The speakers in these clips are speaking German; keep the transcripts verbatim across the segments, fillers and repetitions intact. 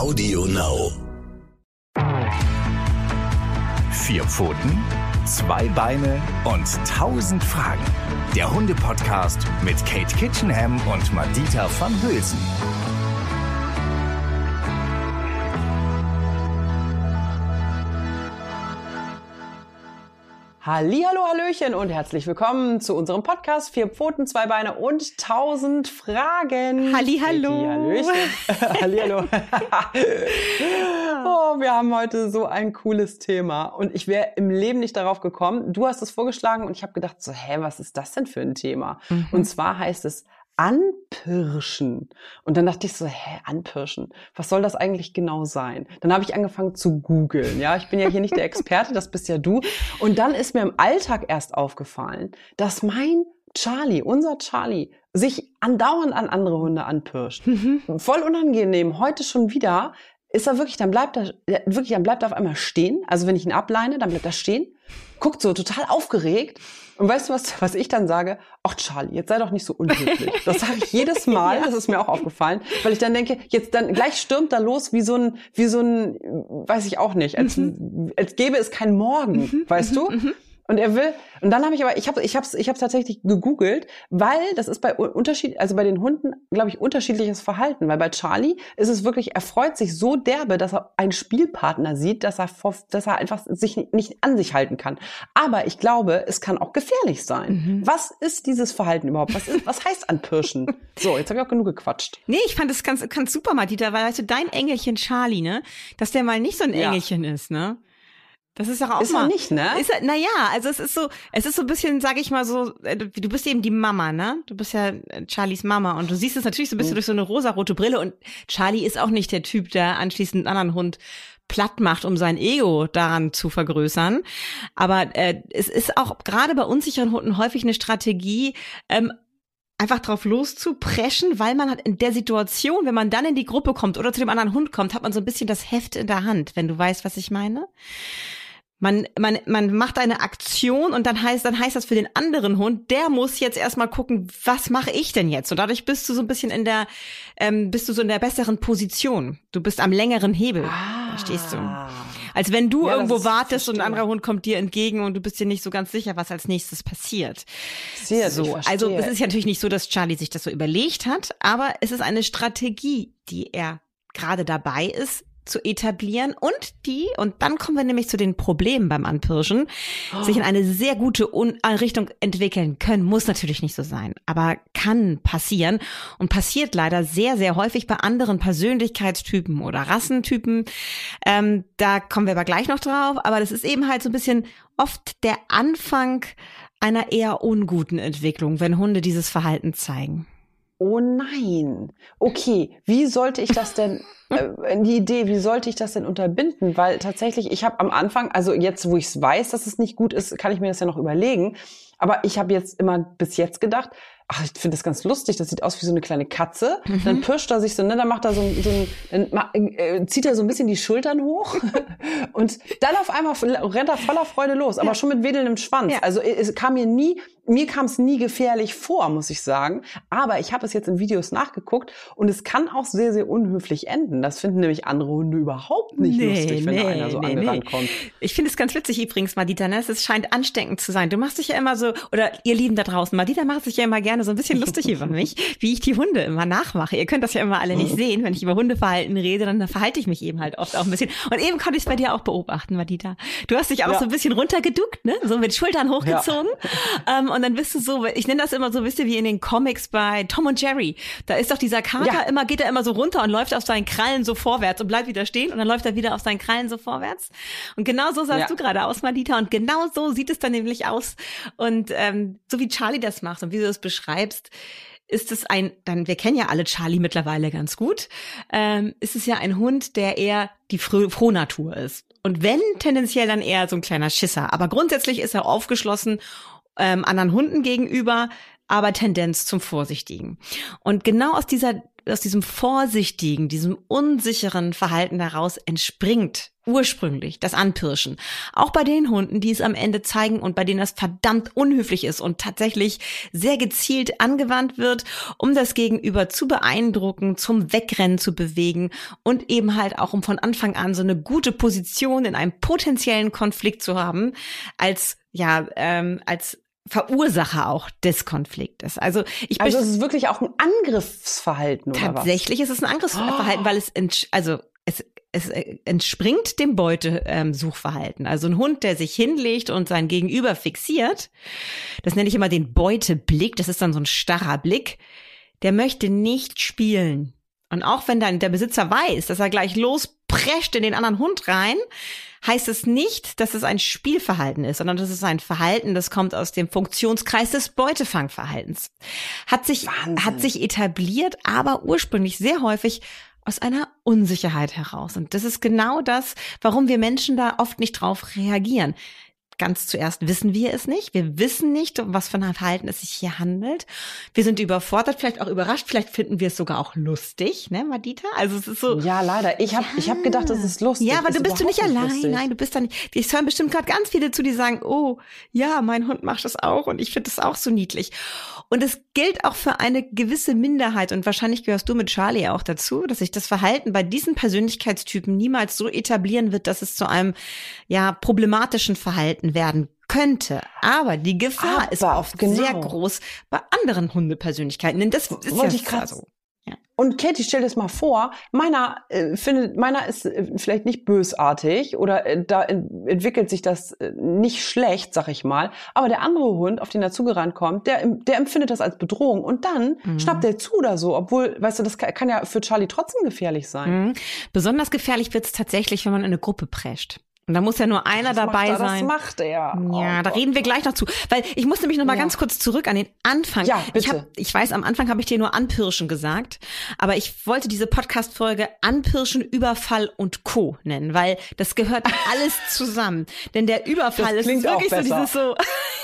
Audio Now. Vier Pfoten, zwei Beine und tausend Fragen. Der Hunde-Podcast mit Kate Kitchenham und Madita van Hülsen. Hallihallo, Hallöchen und herzlich willkommen zu unserem Podcast Vier Pfoten, zwei Beine und tausend Fragen. Hallihallo. Hallöchen. Hallihallo. Oh, wir haben heute so ein cooles Thema und ich wäre im Leben nicht darauf gekommen. Du hast es vorgeschlagen und ich habe gedacht so, hä, was ist das denn für ein Thema? Mhm. Und zwar heißt es Anpirschen. Und dann dachte ich so, hä, Anpirschen, was soll das eigentlich genau sein? Dann habe ich angefangen zu googeln. Ja, ich bin ja hier nicht der Experte, das bist ja du. Und dann ist mir im Alltag erst aufgefallen, dass mein Charlie, unser Charlie, sich andauernd an andere Hunde anpirscht. Mhm. Voll unangenehm. Heute schon wieder ist er wirklich, dann bleibt er, wirklich, dann bleibt er auf einmal stehen. Also wenn ich ihn ableine, dann bleibt er stehen, guckt so total aufgeregt. Und weißt du was, was ich dann sage? Ach Charlie, jetzt sei doch nicht so unhöflich. Das sage ich jedes Mal, ja. Das ist mir auch aufgefallen, weil ich dann denke, jetzt dann gleich stürmt er los wie so ein, wie so ein, weiß ich auch nicht, als, mhm. als gäbe es keinen Morgen, mhm. weißt du? Mhm. Und er will, und dann habe ich aber, ich habe, ich habe, ich habe tatsächlich gegoogelt, weil das ist bei Unterschied, also bei den Hunden, glaube ich, unterschiedliches Verhalten. Weil bei Charlie ist es wirklich, er freut sich so derbe, dass er einen Spielpartner sieht, dass er, dass er einfach sich nicht an sich halten kann. Aber ich glaube, es kann auch gefährlich sein. Mhm. Was ist dieses Verhalten überhaupt? Was ist, was heißt anpirschen? So, jetzt habe ich auch genug gequatscht. Nee, ich fand das ganz, ganz super, Madita, weil weißt du, dein Engelchen Charlie, ne, dass der mal nicht so ein ja. Engelchen ist, ne? Das ist doch auch ist mal. Er nicht, ne? Ist er, na ja, also es ist so, es ist so ein bisschen, sag ich mal so, du bist eben die Mama, ne? Du bist ja Charlies Mama und du siehst es natürlich so ein bisschen mhm. durch so eine rosarote Brille und Charlie ist auch nicht der Typ, der anschließend einen anderen Hund platt macht, um sein Ego daran zu vergrößern. Aber äh, es ist auch gerade bei unsicheren Hunden häufig eine Strategie, ähm, einfach drauf loszupreschen, weil man hat in der Situation, wenn man dann in die Gruppe kommt oder zu dem anderen Hund kommt, hat man so ein bisschen das Heft in der Hand, wenn du weißt, was ich meine. Man, man, man macht eine Aktion und dann heißt, dann heißt das für den anderen Hund, der muss jetzt erstmal gucken, was mache ich denn jetzt? Und dadurch bist du so ein bisschen in der, ähm, bist du so in der besseren Position. Du bist am längeren Hebel. Ah. Verstehst du? Als wenn du ja, irgendwo wartest und ein anderer Hund kommt dir entgegen und du bist dir nicht so ganz sicher, was als nächstes passiert. Sehr, so, also es ist ja natürlich nicht so, dass Charlie sich das so überlegt hat, aber es ist eine Strategie, die er gerade dabei ist, zu etablieren und die, und dann kommen wir nämlich zu den Problemen beim Anpirschen, oh. sich in eine sehr gute Un- Richtung entwickeln können, muss natürlich nicht so sein, aber kann passieren und passiert leider sehr, sehr häufig bei anderen Persönlichkeitstypen oder Rassentypen. Ähm, da kommen wir aber gleich noch drauf, aber das ist eben halt so ein bisschen oft der Anfang einer eher unguten Entwicklung, wenn Hunde dieses Verhalten zeigen. Oh nein. Okay, wie sollte ich das denn, äh, die Idee, wie sollte ich das denn unterbinden? Weil tatsächlich, ich habe am Anfang, also jetzt, wo ich es weiß, dass es nicht gut ist, kann ich mir das ja noch überlegen. Aber ich habe jetzt immer bis jetzt gedacht, ach, ich finde das ganz lustig, das sieht aus wie so eine kleine Katze. Mhm. Dann pirscht er sich so, ne, dann macht er so, so ein, dann äh, zieht er so ein bisschen die Schultern hoch und dann auf einmal rennt er voller Freude los, aber ja. schon mit wedelndem Schwanz. Ja. Also es kam mir nie, mir kam es nie gefährlich vor, muss ich sagen. Aber ich habe es jetzt in Videos nachgeguckt und es kann auch sehr, sehr unhöflich enden. Das finden nämlich andere Hunde überhaupt nicht nee, lustig, wenn nee, da einer so nee, angerannt nee. kommt. Ich finde es ganz witzig übrigens, Madita, ne? Es scheint ansteckend zu sein. Du machst dich ja immer so, oder ihr Lieben da draußen, Madita macht sich ja immer gerne so ein bisschen lustig über mich, wie ich die Hunde immer nachmache. Ihr könnt das ja immer alle nicht sehen. Wenn ich über Hundeverhalten rede, dann verhalte ich mich eben halt oft auch ein bisschen. Und eben konnte ich es bei dir auch beobachten, Madita. Du hast dich auch ja. so ein bisschen runtergeduckt, ne? So mit Schultern hochgezogen. Ja. Ähm, und dann bist du so, ich nenne das immer so, wisst ihr, wie in den Comics bei Tom und Jerry. Da ist doch dieser Kater ja. immer, geht er immer so runter und läuft auf seinen Krallen so vorwärts und bleibt wieder stehen und dann läuft er wieder auf seinen Krallen so vorwärts. Und genau so sahst ja. du gerade aus, Madita. Und genau so sieht es dann nämlich aus. Und ähm, so wie Charlie das macht und wie du das beschreibst, ist es ein, dann, wir kennen ja alle Charlie mittlerweile ganz gut, ähm, ist es ja ein Hund, der eher die Fro- Frohnatur ist. Und wenn, tendenziell dann eher so ein kleiner Schisser. Aber grundsätzlich ist er aufgeschlossen ähm, anderen Hunden gegenüber, aber Tendenz zum Vorsichtigen. Und genau aus dieser aus diesem vorsichtigen, diesem unsicheren Verhalten heraus entspringt ursprünglich das Anpirschen. Auch bei den Hunden, die es am Ende zeigen und bei denen das verdammt unhöflich ist und tatsächlich sehr gezielt angewandt wird, um das Gegenüber zu beeindrucken, zum Wegrennen zu bewegen und eben halt auch, um von Anfang an so eine gute Position in einem potenziellen Konflikt zu haben, als, ja, ähm, als Verursacher auch des Konfliktes. Also ich also es ist wirklich auch ein Angriffsverhalten, oder was? Tatsächlich ist es ein Angriffsverhalten, oh. weil es, ents- also es, es entspringt dem Beutesuchverhalten. Also ein Hund, der sich hinlegt und sein Gegenüber fixiert, das nenne ich immer den Beuteblick, das ist dann so ein starrer Blick, der möchte nicht spielen. Und auch wenn dann der Besitzer weiß, dass er gleich losprescht in den anderen Hund rein, heißt es nicht, dass es ein Spielverhalten ist, sondern das ist ein Verhalten, das kommt aus dem Funktionskreis des Beutefangverhaltens. Hat sich, Wahnsinn. hat sich etabliert, aber ursprünglich sehr häufig aus einer Unsicherheit heraus. Und das ist genau das, warum wir Menschen da oft nicht drauf reagieren. Ganz zuerst wissen wir es nicht. Wir wissen nicht, um was für ein Verhalten es sich hier handelt. Wir sind überfordert, vielleicht auch überrascht. Vielleicht finden wir es sogar auch lustig, ne, Madita? Also es ist so. Ja, leider. Ich habe ja. ich hab gedacht, das ist lustig. Ja, aber ist du bist du nicht allein. Lustig. Nein, du bist da nicht. Ich höre bestimmt gerade ganz viele zu, die sagen, oh, ja, mein Hund macht das auch und ich finde das auch so niedlich. Und es gilt auch für eine gewisse Minderheit. Und wahrscheinlich gehörst du mit Charlie auch dazu, dass sich das Verhalten bei diesen Persönlichkeitstypen niemals so etablieren wird, dass es zu einem, ja, problematischen Verhalten werden könnte. Aber die Gefahr Aber, ist oft genau. sehr groß bei anderen Hundepersönlichkeiten. Denn das ist Wollte ja ich grad so. Ja. Und Katie, stell dir das mal vor, meiner äh, findet, meiner ist äh, vielleicht nicht bösartig oder äh, da ent- entwickelt sich das äh, nicht schlecht, sag ich mal. Aber der andere Hund, auf den er zugerannt kommt, der, der empfindet das als Bedrohung und dann mhm. schnappt der zu oder so, obwohl, weißt du, das kann, kann ja für Charlie trotzdem gefährlich sein. Mhm. Besonders gefährlich wird es tatsächlich, wenn man in eine Gruppe prescht. Und da muss ja nur einer das dabei macht er, sein. Das macht er. Ja, oh da Gott. reden wir gleich noch zu. Weil ich muss nämlich noch mal ja. ganz kurz zurück an den Anfang. Ja, bitte. Ich, hab, ich weiß, am Anfang habe ich dir nur Anpirschen gesagt. Aber ich wollte diese Podcast-Folge Anpirschen, Überfall und Co. nennen. Weil das gehört alles zusammen. Denn der Überfall das ist wirklich so besser. dieses so...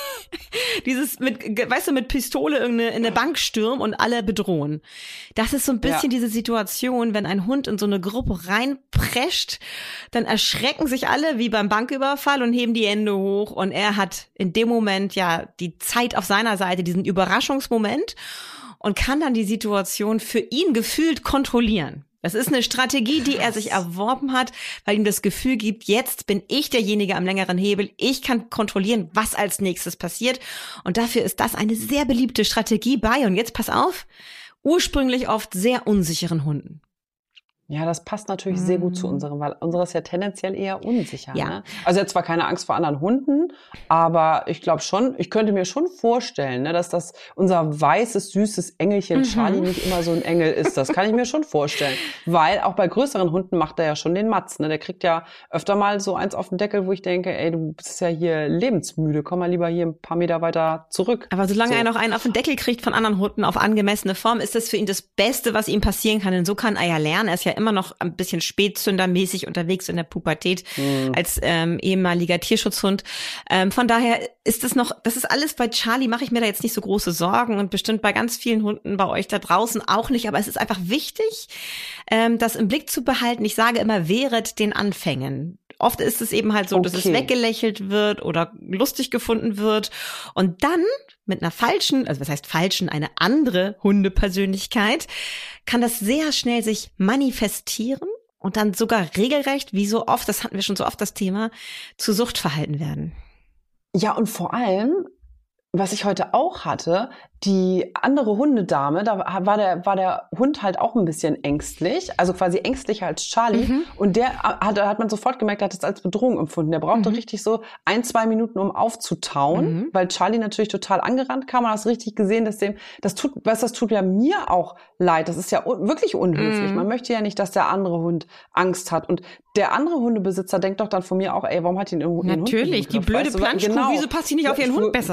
Dieses mit, weißt du, mit Pistole in eine, in eine Bank stürmen und alle bedrohen. Das ist so ein bisschen ja. diese Situation, wenn ein Hund in so eine Gruppe reinprescht, dann erschrecken sich alle wie beim Banküberfall und heben die Hände hoch und er hat in dem Moment ja die Zeit auf seiner Seite, diesen Überraschungsmoment und kann dann die Situation für ihn gefühlt kontrollieren. Das ist eine Strategie, die er sich erworben hat, weil ihm das Gefühl gibt, jetzt bin ich derjenige am längeren Hebel. Ich kann kontrollieren, was als nächstes passiert. Und dafür ist das eine sehr beliebte Strategie bei, und jetzt pass auf, ursprünglich oft sehr unsicheren Hunden. Ja, das passt natürlich mm. sehr gut zu unserem, weil unserer ist ja tendenziell eher unsicher. Ja. Ne? Also er hat zwar keine Angst vor anderen Hunden, aber ich glaube schon, ich könnte mir schon vorstellen, ne, dass das unser weißes, süßes Engelchen mhm. Charlie nicht immer so ein Engel ist. Das kann ich mir schon vorstellen. Weil auch bei größeren Hunden macht er ja schon den Matz. Ne? Der kriegt ja öfter mal so eins auf den Deckel, wo ich denke, ey, du bist ja hier lebensmüde, komm mal lieber hier ein paar Meter weiter zurück. Aber solange so. er noch einen auf den Deckel kriegt von anderen Hunden auf angemessene Form, ist das für ihn das Beste, was ihm passieren kann. Denn so kann er ja lernen. Er ist ja immer noch ein bisschen spätzündermäßig unterwegs in der Pubertät mhm. als ähm, ehemaliger Tierschutzhund. Ähm, von daher ist das noch, das ist alles bei Charlie, mache ich mir da jetzt nicht so große Sorgen und bestimmt bei ganz vielen Hunden bei euch da draußen auch nicht. Aber es ist einfach wichtig, ähm, das im Blick zu behalten. Ich sage immer, wehret den Anfängen. Oft ist es eben halt so, okay. dass es weggelächelt wird oder lustig gefunden wird und dann mit einer falschen, also was heißt falschen, eine andere Hundepersönlichkeit, kann das sehr schnell sich manifestieren und dann sogar regelrecht, wie so oft, das hatten wir schon so oft das Thema, zu Suchtverhalten werden. Ja, und vor allem, was ich heute auch hatte, die andere Hundedame, da war der, war der Hund halt auch ein bisschen ängstlich, also quasi ängstlicher als Charlie. Mhm. Und der hat, hat man sofort gemerkt, der hat es als Bedrohung empfunden. Der brauchte mhm. richtig so ein, zwei Minuten, um aufzutauen, mhm. weil Charlie natürlich total angerannt kam. Man hat es richtig gesehen, dass dem, das tut, weißt, das tut ja mir auch leid. Das ist ja un, wirklich unhöflich. Mhm. Man möchte ja nicht, dass der andere Hund Angst hat. Und der andere Hundebesitzer denkt doch dann von mir auch, ey, warum hat ihn irgendwo Natürlich, die blöde weißt du, Planschkuh, genau, wieso passt sie nicht auf ihren Hund besser auf? Richtig,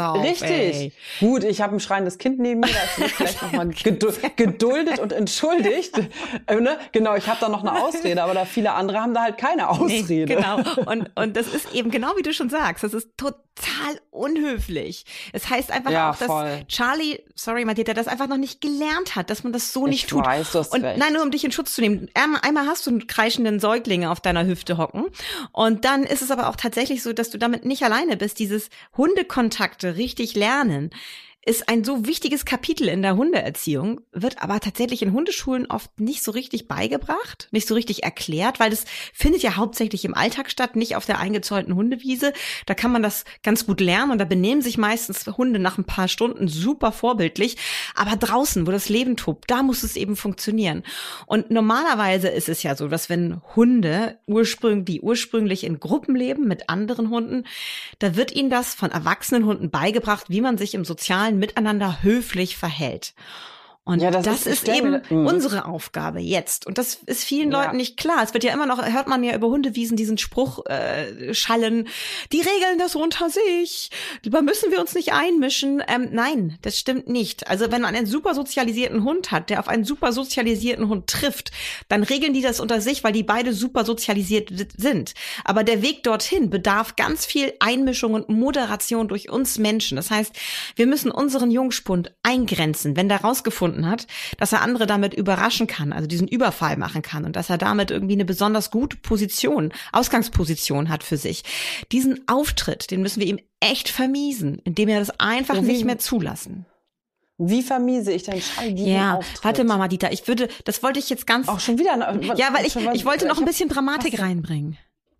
Richtig. Gut, ich habe ein schreiendes Kind neben mir, da ist mich vielleicht nochmal geduldet und entschuldigt. Äh, ne? Genau, ich habe da noch eine Ausrede, aber da viele andere haben da halt keine Ausrede. Nee, genau. Und, und das ist eben genau wie du schon sagst, das ist total unhöflich. Es heißt einfach ja, auch, dass voll. Charlie, sorry Madita, das einfach noch nicht gelernt hat, dass man das so ich nicht tut. Weiß, du hast und recht. nein, nur um dich in Schutz zu nehmen. Einmal hast du einen kreischenden Säugling auf deiner Hüfte hocken und dann ist es aber auch tatsächlich so, dass du damit nicht alleine bist. Dieses Hundekontakte richtig lernen ist ein so wichtiges Kapitel in der Hundeerziehung, wird aber tatsächlich in Hundeschulen oft nicht so richtig beigebracht, nicht so richtig erklärt, weil das findet ja hauptsächlich im Alltag statt, nicht auf der eingezäunten Hundewiese. Da kann man das ganz gut lernen und da benehmen sich meistens Hunde nach ein paar Stunden super vorbildlich. Aber draußen, wo das Leben tobt, da muss es eben funktionieren. Und normalerweise ist es ja so, dass wenn Hunde ursprünglich, die ursprünglich in Gruppen leben mit anderen Hunden, da wird ihnen das von erwachsenen Hunden beigebracht, wie man sich im sozialen miteinander höflich verhält. Und ja, das, das ist, ist eben mir, unsere Aufgabe jetzt. Und das ist vielen ja. Leuten nicht klar. Es wird ja immer noch, hört man ja über Hundewiesen diesen Spruch äh, schallen, die regeln das unter sich, da müssen wir uns nicht einmischen. Ähm, nein, das stimmt nicht. Also wenn man einen super sozialisierten Hund hat, der auf einen super sozialisierten Hund trifft, dann regeln die das unter sich, weil die beide super sozialisiert sind. Aber der Weg dorthin bedarf ganz viel Einmischung und Moderation durch uns Menschen. Das heißt, wir müssen unseren Jungspund eingrenzen, wenn der rausgefunden hat, dass er andere damit überraschen kann, also diesen Überfall machen kann und dass er damit irgendwie eine besonders gute Position, Ausgangsposition hat für sich. Diesen Auftritt, den müssen wir ihm echt vermiesen, indem wir das einfach wie, nicht mehr zulassen. Wie vermiese ich denn Charlie diesen Ja, Auftritt? warte mal, Madita, ich würde, das wollte ich jetzt ganz... Auch schon wieder? Ja, weil ich, ich wollte noch ein bisschen Dramatik was? reinbringen.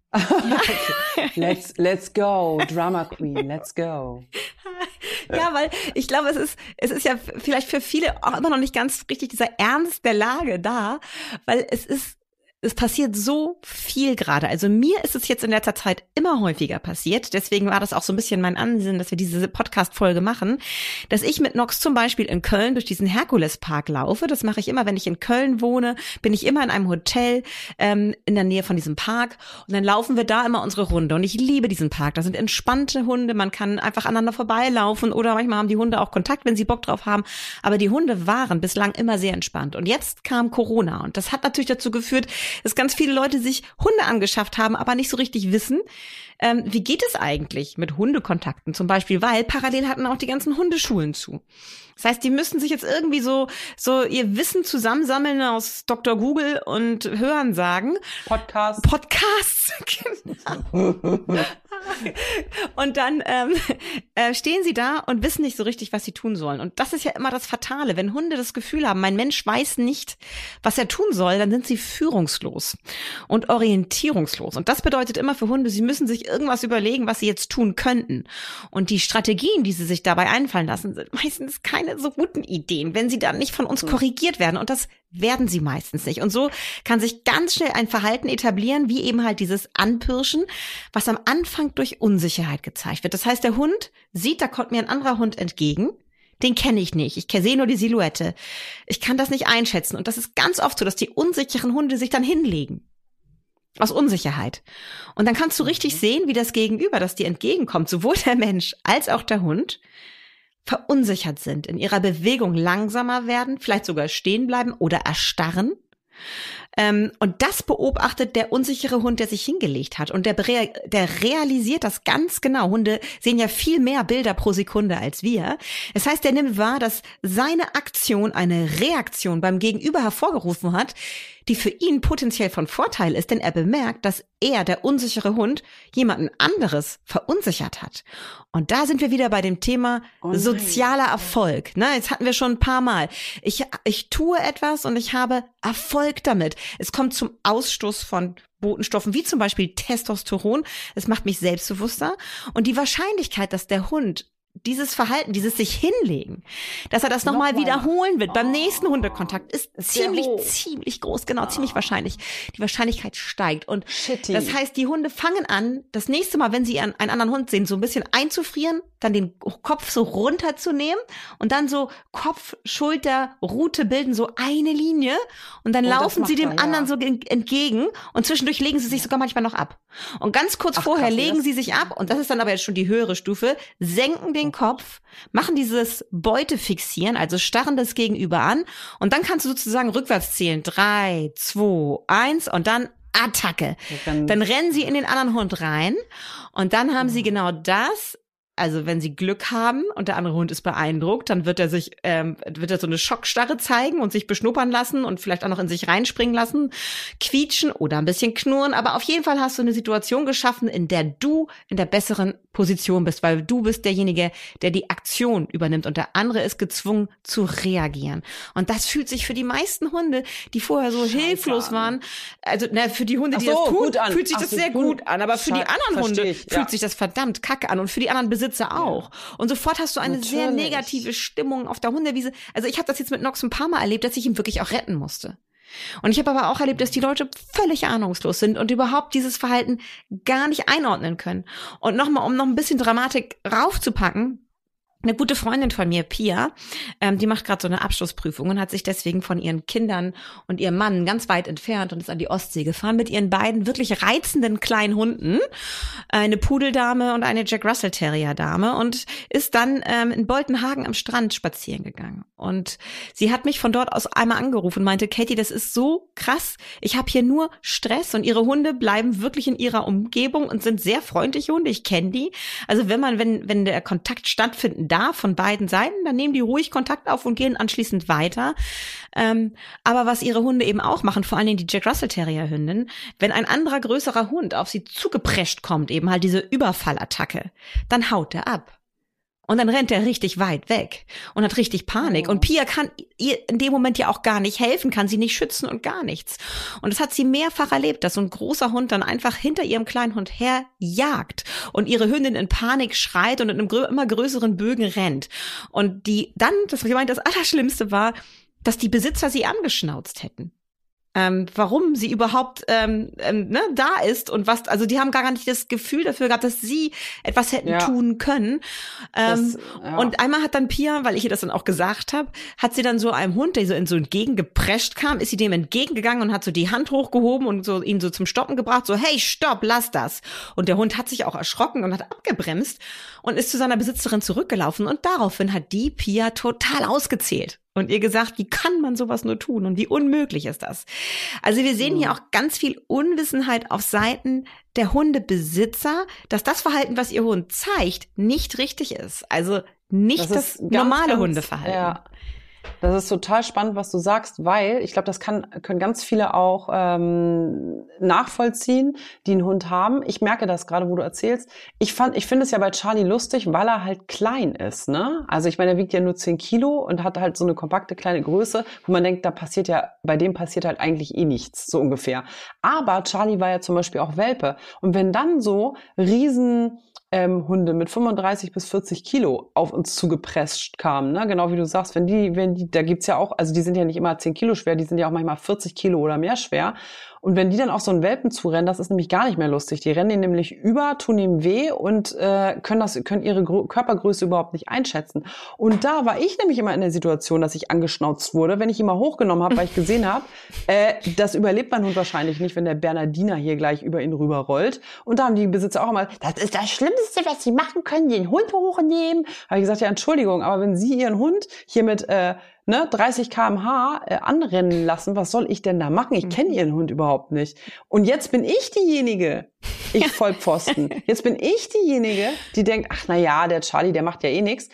Okay. Let's, let's go, Drama Queen, let's go. Ja, weil ich glaube, es ist, es ist ja vielleicht für viele auch immer noch nicht ganz richtig dieser Ernst der Lage da, weil es ist, es passiert so viel gerade. Also mir ist es jetzt in letzter Zeit immer häufiger passiert. Deswegen war das auch so ein bisschen mein Ansinnen, dass wir diese Podcast-Folge machen, dass ich mit Nox zum Beispiel in Köln durch diesen Herkulespark laufe. Das mache ich immer, wenn ich in Köln wohne, bin ich immer in einem Hotel ähm, in der Nähe von diesem Park und dann laufen wir da immer unsere Runde. Und ich liebe diesen Park. Da sind entspannte Hunde, man kann einfach aneinander vorbeilaufen oder manchmal haben die Hunde auch Kontakt, wenn sie Bock drauf haben. Aber die Hunde waren bislang immer sehr entspannt. Und jetzt kam Corona und das hat natürlich dazu geführt, dass ganz viele Leute sich Hunde angeschafft haben, aber nicht so richtig wissen, ähm, wie geht es eigentlich mit Hundekontakten zum Beispiel, weil parallel hatten auch die ganzen Hundeschulen zu. Das heißt, die müssen sich jetzt irgendwie so so ihr Wissen zusammensammeln aus Doktor Google und Hören sagen. Podcasts. Podcasts, genau. Und dann ähm, äh, stehen sie da und wissen nicht so richtig, was sie tun sollen. Und das ist ja immer das Fatale. Wenn Hunde das Gefühl haben, mein Mensch weiß nicht, was er tun soll, dann sind sie führungslos und orientierungslos. Und das bedeutet immer für Hunde, sie müssen sich irgendwas überlegen, was sie jetzt tun könnten. Und die Strategien, die sie sich dabei einfallen lassen, sind meistens keine so guten Ideen, wenn sie dann nicht von uns korrigiert werden. Und das werden sie meistens nicht. Und so kann sich ganz schnell ein Verhalten etablieren, wie eben halt dieses Anpirschen, was am Anfang durch Unsicherheit gezeigt wird. Das heißt, der Hund sieht, da kommt mir ein anderer Hund entgegen, den kenne ich nicht, ich sehe nur die Silhouette. Ich kann das nicht einschätzen. Und das ist ganz oft so, dass die unsicheren Hunde sich dann hinlegen. Aus Unsicherheit. Und dann kannst du richtig sehen, wie das Gegenüber, das dir entgegenkommt, sowohl der Mensch als auch der Hund, verunsichert sind, in ihrer Bewegung langsamer werden, vielleicht sogar stehen bleiben oder erstarren. Ähm, und das beobachtet der unsichere Hund, der sich hingelegt hat. Und der, der realisiert das ganz genau. Hunde sehen ja viel mehr Bilder pro Sekunde als wir. Das heißt, der nimmt wahr, dass seine Aktion eine Reaktion beim Gegenüber hervorgerufen hat, die für ihn potenziell von Vorteil ist, denn er bemerkt, dass er, der unsichere Hund, jemanden anderes verunsichert hat. Und da sind wir wieder bei dem Thema oh sozialer Erfolg. Na, jetzt hatten wir schon ein paar Mal. Ich, ich tue etwas und ich habe Erfolg damit. Es kommt zum Ausstoß von Botenstoffen, wie zum Beispiel Testosteron. Es macht mich selbstbewusster. Und die Wahrscheinlichkeit, dass der Hund dieses Verhalten, dieses sich hinlegen, dass er das nochmal noch wiederholen wird beim oh, nächsten Hundekontakt, ist ziemlich, ziemlich groß, genau, oh. ziemlich wahrscheinlich. Die Wahrscheinlichkeit steigt. Und Shitty. Das heißt, die Hunde fangen an, das nächste Mal, wenn sie einen anderen Hund sehen, so ein bisschen einzufrieren, dann den Kopf so runterzunehmen und dann so Kopf, Schulter, Rute bilden so eine Linie und dann oh, laufen sie dem er, anderen ja. so entgegen und zwischendurch legen sie sich sogar manchmal noch ab. Und ganz kurz Ach, vorher krass, legen sie sich ab und das ist dann aber jetzt schon die höhere Stufe, senken den den Kopf, machen dieses Beutefixieren, also starren das Gegenüber an und dann kannst du sozusagen rückwärts zählen. Drei, zwei, eins und dann Attacke. Dann rennen sie in den anderen Hund rein und dann haben sie genau das. Also wenn sie Glück haben und der andere Hund ist beeindruckt, dann wird er sich, ähm, wird er so eine Schockstarre zeigen und sich beschnuppern lassen und vielleicht auch noch in sich reinspringen lassen, quietschen oder ein bisschen knurren. Aber auf jeden Fall hast du eine Situation geschaffen, in der du in der besseren Position bist, weil du bist derjenige, der die Aktion übernimmt und der andere ist gezwungen zu reagieren. Und das fühlt sich für die meisten Hunde, die vorher so Scheiße hilflos waren, also na, für die Hunde, die so, das tun, fühlt sich Ach das so, sehr gut an. Aber für Scheiße, die anderen Hunde ich, ja. fühlt sich das verdammt kacke an und für die anderen Besitzer auch. Ja. Und sofort hast du eine Natürlich. sehr negative Stimmung auf der Hundewiese. Also ich habe das jetzt mit Nox ein paar Mal erlebt, dass ich ihn wirklich auch retten musste. Und ich habe aber auch erlebt, dass die Leute völlig ahnungslos sind und überhaupt dieses Verhalten gar nicht einordnen können. Und nochmal, um noch ein bisschen Dramatik raufzupacken, eine gute Freundin von mir, Pia, ähm, die macht gerade so eine Abschlussprüfung und hat sich deswegen von ihren Kindern und ihrem Mann ganz weit entfernt und ist an die Ostsee gefahren mit ihren beiden wirklich reizenden kleinen Hunden, eine Pudeldame und eine Jack Russell Terrier Dame, und ist dann ähm, in Boltenhagen am Strand spazieren gegangen. Und sie hat mich von dort aus einmal angerufen und meinte, Katie, das ist so krass, ich habe hier nur Stress und ihre Hunde bleiben wirklich in ihrer Umgebung und sind sehr freundliche Hunde, ich kenne die. Also wenn man, wenn wenn der Kontakt stattfinden darf, von beiden Seiten, dann nehmen die ruhig Kontakt auf und gehen anschließend weiter. Ähm, aber was ihre Hunde eben auch machen, vor allen Dingen die Jack Russell Terrier Hündin, wenn ein anderer größerer Hund auf sie zugeprescht kommt, eben halt diese Überfallattacke, dann haut er ab. Und dann rennt er richtig weit weg und hat richtig Panik. Oh. Und Pia kann ihr in dem Moment ja auch gar nicht helfen, kann sie nicht schützen und gar nichts. Und das hat sie mehrfach erlebt, dass so ein großer Hund dann einfach hinter ihrem kleinen Hund herjagt und ihre Hündin in Panik schreit und in einem grö- immer größeren Bögen rennt. Und die dann, das was ich meinte, das Allerschlimmste war, dass die Besitzer sie angeschnauzt hätten. Ähm, warum sie überhaupt ähm, ähm, ne, da ist und was, also die haben gar nicht das Gefühl dafür gehabt, dass sie etwas hätten ja. tun können. Ähm, das, ja. Und einmal hat dann Pia, weil ich ihr das dann auch gesagt habe, hat sie dann so einem Hund, der so in so entgegengeprescht kam, ist sie dem entgegengegangen und hat so die Hand hochgehoben und so ihn so zum Stoppen gebracht, so hey, stopp, lass das. Und der Hund hat sich auch erschrocken und hat abgebremst und ist zu seiner Besitzerin zurückgelaufen und daraufhin hat die Pia total ausgezählt. Und ihr gesagt, wie kann man sowas nur tun und wie unmöglich ist das? Also wir sehen hier auch ganz viel Unwissenheit auf Seiten der Hundebesitzer, dass das Verhalten, was ihr Hund zeigt, nicht richtig ist. Also nicht das, das ganz, normale ganz, Hundeverhalten. Ja. Das ist total spannend, was du sagst, weil ich glaube, das kann, können ganz viele auch ähm, nachvollziehen, die einen Hund haben. Ich merke das gerade, wo du erzählst. Ich fand, ich finde es ja bei Charlie lustig, weil er halt klein ist, ne? Also ich meine, er wiegt ja nur zehn Kilo und hat halt so eine kompakte kleine Größe, wo man denkt, da passiert ja, bei dem passiert halt eigentlich eh nichts, so ungefähr. Aber Charlie war ja zum Beispiel auch Welpe. Und wenn dann so riesen Ähm, Hunde mit fünfunddreißig bis vierzig Kilo auf uns zugepresst kamen, ne? Genau wie du sagst, wenn die, wenn die, da gibt's ja auch, also die sind ja nicht immer zehn Kilo schwer, die sind ja auch manchmal vierzig Kilo oder mehr schwer. Und wenn die dann auf so einen Welpen zurennen, das ist nämlich gar nicht mehr lustig. Die rennen ihn nämlich über, tun ihm weh und äh, können das, können ihre Gro- Körpergröße überhaupt nicht einschätzen. Und da war ich nämlich immer in der Situation, dass ich angeschnauzt wurde, wenn ich ihn mal hochgenommen habe, weil ich gesehen habe, äh, das überlebt mein Hund wahrscheinlich nicht, wenn der Bernardiner hier gleich über ihn rüberrollt. Und da haben die Besitzer auch immer, das ist das Schlimmste, was sie machen können, den Hund hochnehmen. Habe ich gesagt, ja, Entschuldigung, aber wenn Sie Ihren Hund hier mit äh, ne, dreißig Kilometer pro Stunde äh, anrennen lassen, was soll ich denn da machen? Ich kenne Ihren Hund überhaupt nicht. Und jetzt bin ich diejenige, ich Vollpfosten, jetzt bin ich diejenige, die denkt, ach na ja, der Charlie, der macht ja eh nichts.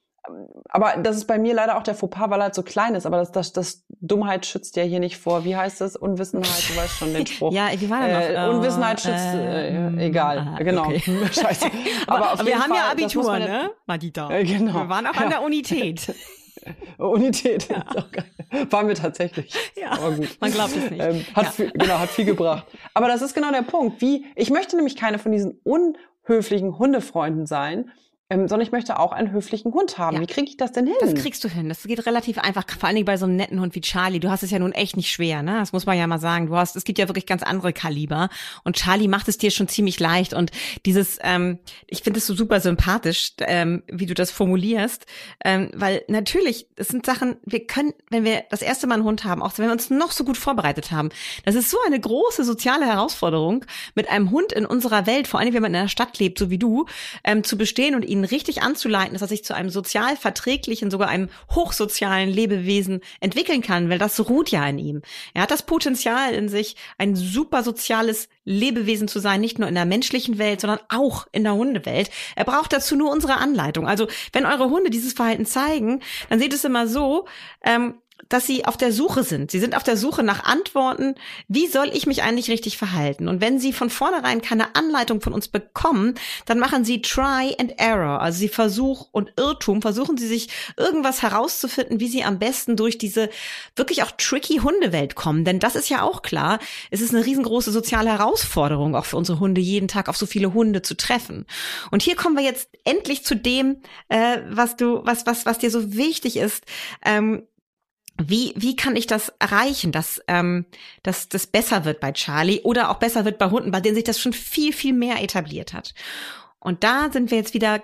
Aber das ist bei mir leider auch der Fauxpas, weil er halt so klein ist. Aber das, das, das Dummheit schützt ja hier nicht vor. Wie heißt das? Unwissenheit, du weißt schon den Spruch. Ja, wie war der äh, noch? Unwissenheit schützt, äh, äh, egal. Aha, genau. Okay. Scheiße. Aber, aber, aber wir haben Fall, ja Abitur, ja, ne, Madita? Äh, genau. Wir waren auch ja. an der Unität. Unität, ja. Ist auch geil. Waren wir tatsächlich. Ja, aber gut. Man glaubt es nicht. Ähm, hat ja. viel, genau, hat viel gebracht. Aber das ist genau der Punkt. Wie, ich möchte nämlich keine von diesen unhöflichen Hundefreunden sein, Ähm, sondern ich möchte auch einen höflichen Hund haben. Ja. Wie kriege ich das denn hin? Das kriegst du hin. Das geht relativ einfach. Vor allen Dingen bei so einem netten Hund wie Charlie. Du hast es ja nun echt nicht schwer, ne? Das muss man ja mal sagen. Du hast, es gibt ja wirklich ganz andere Kaliber. Und Charlie macht es dir schon ziemlich leicht. Und dieses, ähm, ich finde es so super sympathisch, ähm, wie du das formulierst. Ähm, weil natürlich, es sind Sachen, wir können, wenn wir das erste Mal einen Hund haben, auch wenn wir uns noch so gut vorbereitet haben, das ist so eine große soziale Herausforderung, mit einem Hund in unserer Welt, vor allem wenn man in einer Stadt lebt, so wie du, ähm, zu bestehen und ihn ihn richtig anzuleiten, dass er sich zu einem sozial verträglichen, sogar einem hochsozialen Lebewesen entwickeln kann, weil das ruht ja in ihm. Er hat das Potenzial in sich, ein super soziales Lebewesen zu sein, nicht nur in der menschlichen Welt, sondern auch in der Hundewelt. Er braucht dazu nur unsere Anleitung. Also wenn eure Hunde dieses Verhalten zeigen, dann seht es immer so, ähm, dass sie auf der Suche sind. Sie sind auf der Suche nach Antworten, wie soll ich mich eigentlich richtig verhalten? Und wenn sie von vornherein keine Anleitung von uns bekommen, dann machen sie Try and Error, also sie Versuch und Irrtum, versuchen sie sich irgendwas herauszufinden, wie sie am besten durch diese wirklich auch tricky Hundewelt kommen. Denn das ist ja auch klar, es ist eine riesengroße soziale Herausforderung, auch für unsere Hunde, jeden Tag auf so viele Hunde zu treffen. Und hier kommen wir jetzt endlich zu dem, äh, was du, was, was, was dir so wichtig ist, ähm, Wie, wie kann ich das erreichen, dass, ähm, dass das besser wird bei Charlie oder auch besser wird bei Hunden, bei denen sich das schon viel, viel mehr etabliert hat? Und da sind wir jetzt wieder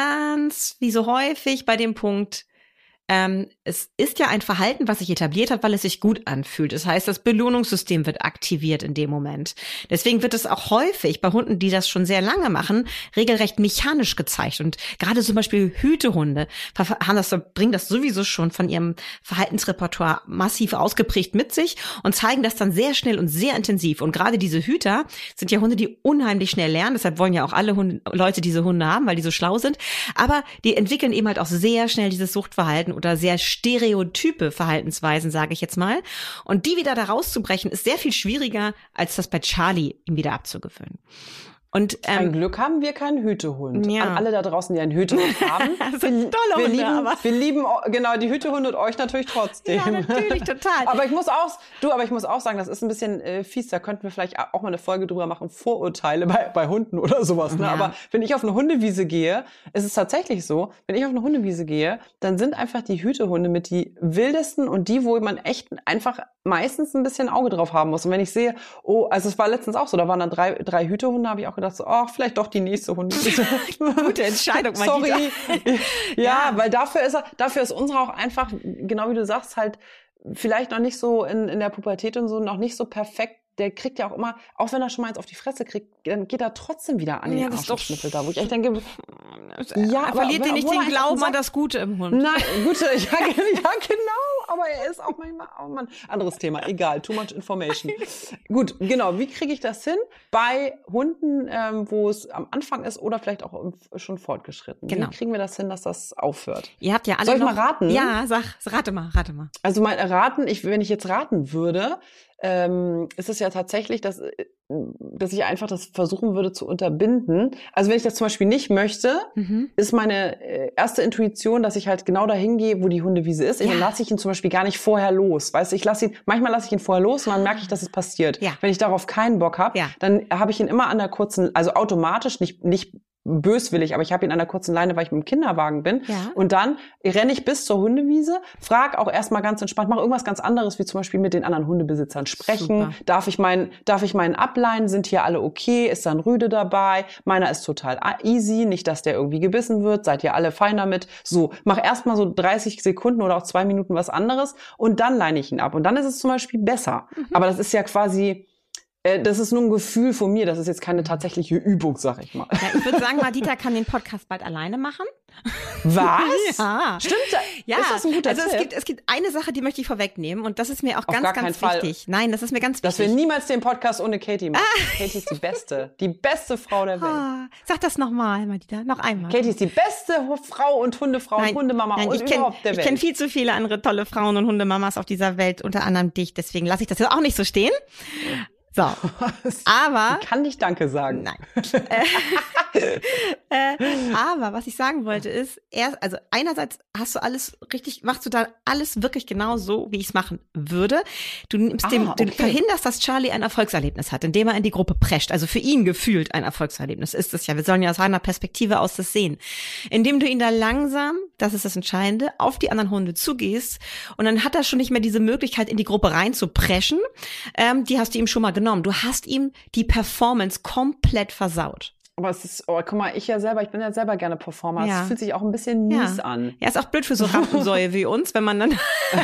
ganz, wie so häufig, bei dem Punkt, ähm, es ist ja ein Verhalten, was sich etabliert hat, weil es sich gut anfühlt. Das heißt, das Belohnungssystem wird aktiviert in dem Moment. Deswegen wird es auch häufig bei Hunden, die das schon sehr lange machen, regelrecht mechanisch gezeigt. Und gerade zum Beispiel Hütehunde haben das, bringen das sowieso schon von ihrem Verhaltensrepertoire massiv ausgeprägt mit sich und zeigen das dann sehr schnell und sehr intensiv. Und gerade diese Hüter sind ja Hunde, die unheimlich schnell lernen. Deshalb wollen ja auch alle Hunde, Leute diese Hunde haben, weil die so schlau sind. Aber die entwickeln eben halt auch sehr schnell dieses Suchtverhalten oder sehr stereotype Verhaltensweisen, sage ich jetzt mal. Und die wieder da rauszubrechen, ist sehr viel schwieriger, als das bei Charlie ihm wieder abzugewöhnen. Und, ähm, Ein Glück haben wir keinen Hütehund. Ja. An alle da draußen, die einen Hütehund haben. Das sind tolle wir, Hunde, lieben, aber. wir lieben genau die Hütehunde und euch natürlich trotzdem. Ja, natürlich, total. Aber ich muss auch, du, aber ich muss auch sagen, das ist ein bisschen äh, fies. Da könnten wir vielleicht auch mal eine Folge drüber machen, Vorurteile bei, bei Hunden oder sowas. Ne? Ja. Aber wenn ich auf eine Hundewiese gehe, ist es tatsächlich so, wenn ich auf eine Hundewiese gehe, dann sind einfach die Hütehunde mit die wildesten und die, wo man echt einfach meistens ein bisschen Auge drauf haben muss. Und wenn ich sehe, oh, also es war letztens auch so, da waren dann drei, drei Hütehunde, habe ich auch gedacht, so, oh, vielleicht doch die nächste Hundewiese. Gute Entscheidung, mein Sorry. Dieter. Ja, Ja. weil dafür ist er, dafür ist unsere auch einfach, genau wie du sagst, halt vielleicht noch nicht so in, in der Pubertät und so, noch nicht so perfekt. Der kriegt ja auch immer, auch wenn er schon mal eins auf die Fresse kriegt, dann geht er trotzdem wieder an Ja, den das ist doch Arschschnippel da, wo ich echt denke, ja, aber- verliert ihr nicht obwohl er den einfach Glauben sagt- an das Gute im Hund. nein, gute, ja, ge- ja, genau, aber er ist auch manchmal, oh Mann, anderes Thema, egal, too much information. Gut, genau, wie kriege ich das hin? Bei Hunden, ähm, wo es am Anfang ist oder vielleicht auch im, schon fortgeschritten. Genau. Wie kriegen wir das hin, dass das aufhört? Ihr habt ja alle Soll ich noch, mal raten? Ja, sag, rate mal, rate mal. Also mein Raten, ich, wenn ich jetzt raten würde, ähm, ist es ja tatsächlich, dass, äh, dass ich einfach das versuchen würde zu unterbinden. Also wenn ich das zum Beispiel nicht möchte, Mhm. ist meine äh, erste Intuition, dass ich halt genau dahin gehe, wo die Hundewiese ist. Ja. Dann lasse ich ihn zum Beispiel gar nicht vorher los. Weißt du, ich lasse ihn, manchmal lasse ich ihn vorher los und dann merke ich, dass es passiert. Ja. Wenn ich darauf keinen Bock habe, Ja. dann habe ich ihn immer an der kurzen, also automatisch, nicht, nicht böswillig, aber ich habe ihn an der kurzen Leine, weil ich mit dem Kinderwagen bin. Ja. Und dann renne ich bis zur Hundewiese, frag auch erstmal ganz entspannt, mach irgendwas ganz anderes, wie zum Beispiel mit den anderen Hundebesitzern sprechen. Super. Darf ich meinen, darf ich meinen ableihen? Sind hier alle okay? Ist da ein Rüde dabei? Meiner ist total easy, nicht, dass der irgendwie gebissen wird. Seid ihr alle fein damit? So, mach erstmal so dreißig Sekunden oder auch zwei Minuten was anderes und dann leine ich ihn ab. Und dann ist es zum Beispiel besser. Mhm. Aber das ist ja quasi, äh, das ist nur ein Gefühl von mir. Das ist jetzt keine tatsächliche Übung, sag ich mal. Ja, ich würde sagen, Madita kann den Podcast bald alleine machen. Was? Ja. Stimmt? Ja, Ist das ein guter also es Tipp? gibt, es gibt eine Sache, die möchte ich vorwegnehmen und das ist mir auch Auf ganz, gar ganz keinen Fall. wichtig. Nein, das ist mir ganz Dass wir wichtig. niemals den Podcast ohne Katie machen. Katie ist die beste, die beste Frau der Welt. Ah, sag das nochmal, Madita, noch einmal. Katie ist die beste Ho- Frau und Hundefrau und Hundemama nein, und ich kenn, überhaupt der ich Welt. kenne viel zu viele andere tolle Frauen und Hundemamas auf dieser Welt, unter anderem dich, deswegen lasse ich das jetzt auch nicht so stehen. So, aber Ich kann nicht Danke sagen. Nein. äh, äh, aber was ich sagen wollte ist, erst, also einerseits hast du alles richtig, machst du da alles wirklich genau so, wie ich es machen würde. Du nimmst Ah, dem, du okay. verhinderst, dass Charlie ein Erfolgserlebnis hat, indem er in die Gruppe prescht. Also für ihn gefühlt ein Erfolgserlebnis ist es ja. Wir sollen ja aus seiner Perspektive aus das sehen. Indem du ihn da langsam, das ist das Entscheidende, auf die anderen Hunde zugehst und dann hat er schon nicht mehr diese Möglichkeit, in die Gruppe rein zu preschen. Ähm, die hast du ihm schon mal genommen. Du hast ihm die Performance komplett versaut. Aber es ist, oh, guck mal, ich ja selber, ich bin ja selber gerne Performer. Ja. Es fühlt sich auch ein bisschen mies ja. an. Ja, ist auch blöd für so Rampensäue wie uns, wenn man dann